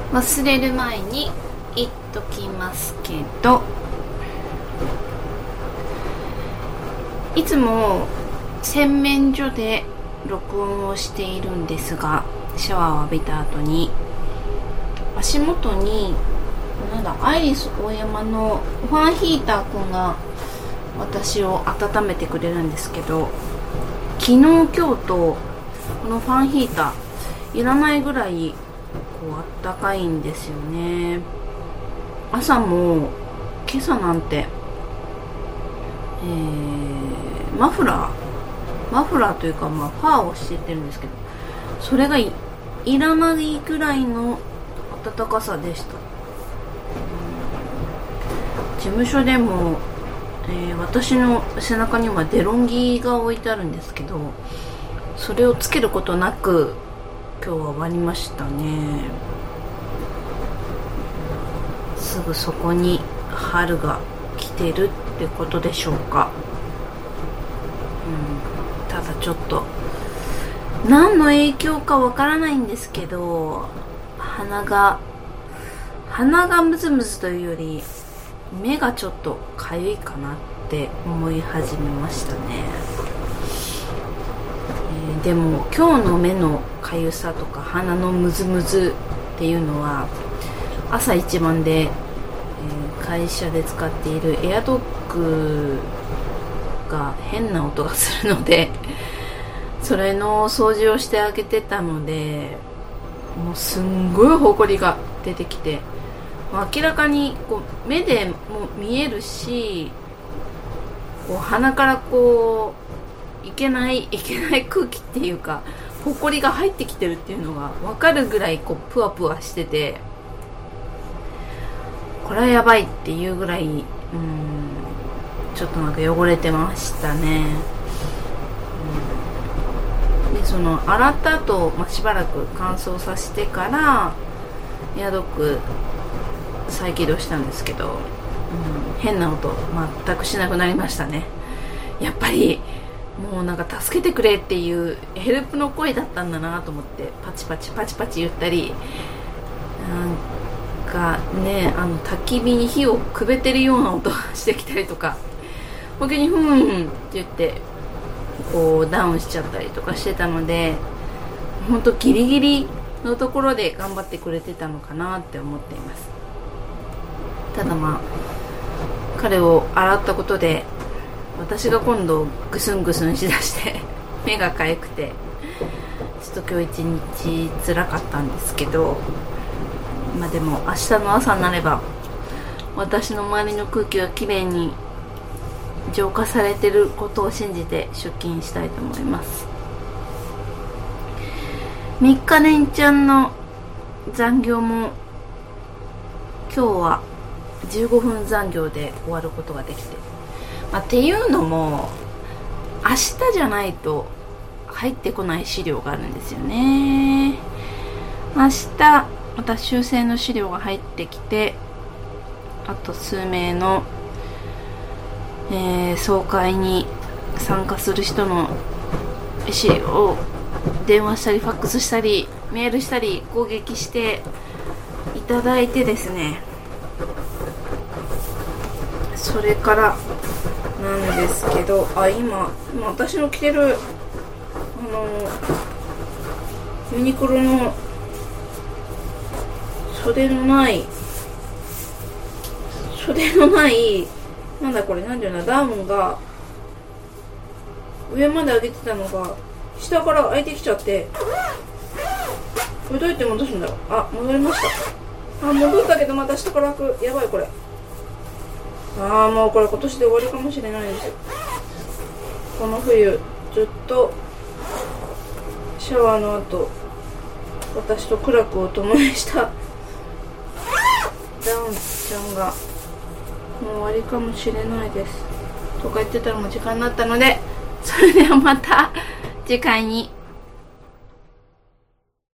忘れる前に言っときますけど、いつも洗面所で録音をしているんですが、シャワーを浴びた後に足元にアイリスオーヤマのファンヒーターくんが私を温めてくれるんですけど、昨日今日とこのファンヒーターいらないぐらいあったかいんですよね。朝も今朝なんて、マフラーというか、ファーをしてるんですけど、それが いらないぐらいの暖かさでした。事務所でも、私の背中にはデロンギが置いてあるんですけど、それをつけることなく今日は終わりましたね。すぐそこに春が来てるってことでしょうか。ただちょっと何の影響かわからないんですけど、鼻がムズムズというより目がちょっとかゆいかなって思い始めましたね。でも今日の目のかゆさとか鼻のムズムズっていうのは朝一番で、会社で使っているエアドッグが変な音がするので、それの掃除をしてあげてたので、もうすんごいほこりが出てきて、明らかに目でも見えるし、鼻からいけない空気っていうか、ほこりが入ってきてるっていうのが分かるぐらいプワプワしてて、これはやばいっていうぐらいちょっと汚れてましたね。でその洗った後、しばらく乾燥させてからエアドッグ再起動したんですけど、変な音全くしなくなりましたね。やっぱりもう助けてくれっていうヘルプの声だったんだなと思って、パチパチパチパチ言ったり、焚き火に火をくべてるような音がしてきたりとか、他にふんって言ってダウンしちゃったりとかしてたので、本当ギリギリのところで頑張ってくれてたのかなって思っています。ただ彼を洗ったことで私が今度グスングスンしだして目がかゆくて、ちょっと今日一日辛かったんですけど、でも明日の朝になれば私の周りの空気はきれいに浄化されてることを信じて出勤したいと思います。3日連チャンの残業も今日は15分残業で終わることができて、っていうのも明日じゃないと入ってこない資料があるんですよね。明日また修正の資料が入ってきて、あと数名の、総会に参加する人の資料を電話したりファックスしたりメールしたり攻撃していただいてですね、それからなんですけど、今私の着てるユニクロの袖のないダウンが上まで上げてたのが下から開いてきちゃって、これどうやって戻すんだろう。戻りました。戻ったけどまた下から開く。やばいこれ。もうこれ今年で終わりかもしれないですよ。この冬ずっとシャワーの後私と苦楽を共にしたダウンちゃんがもう終わりかもしれないですとか言ってたらもう時間になったので、それではまた次回に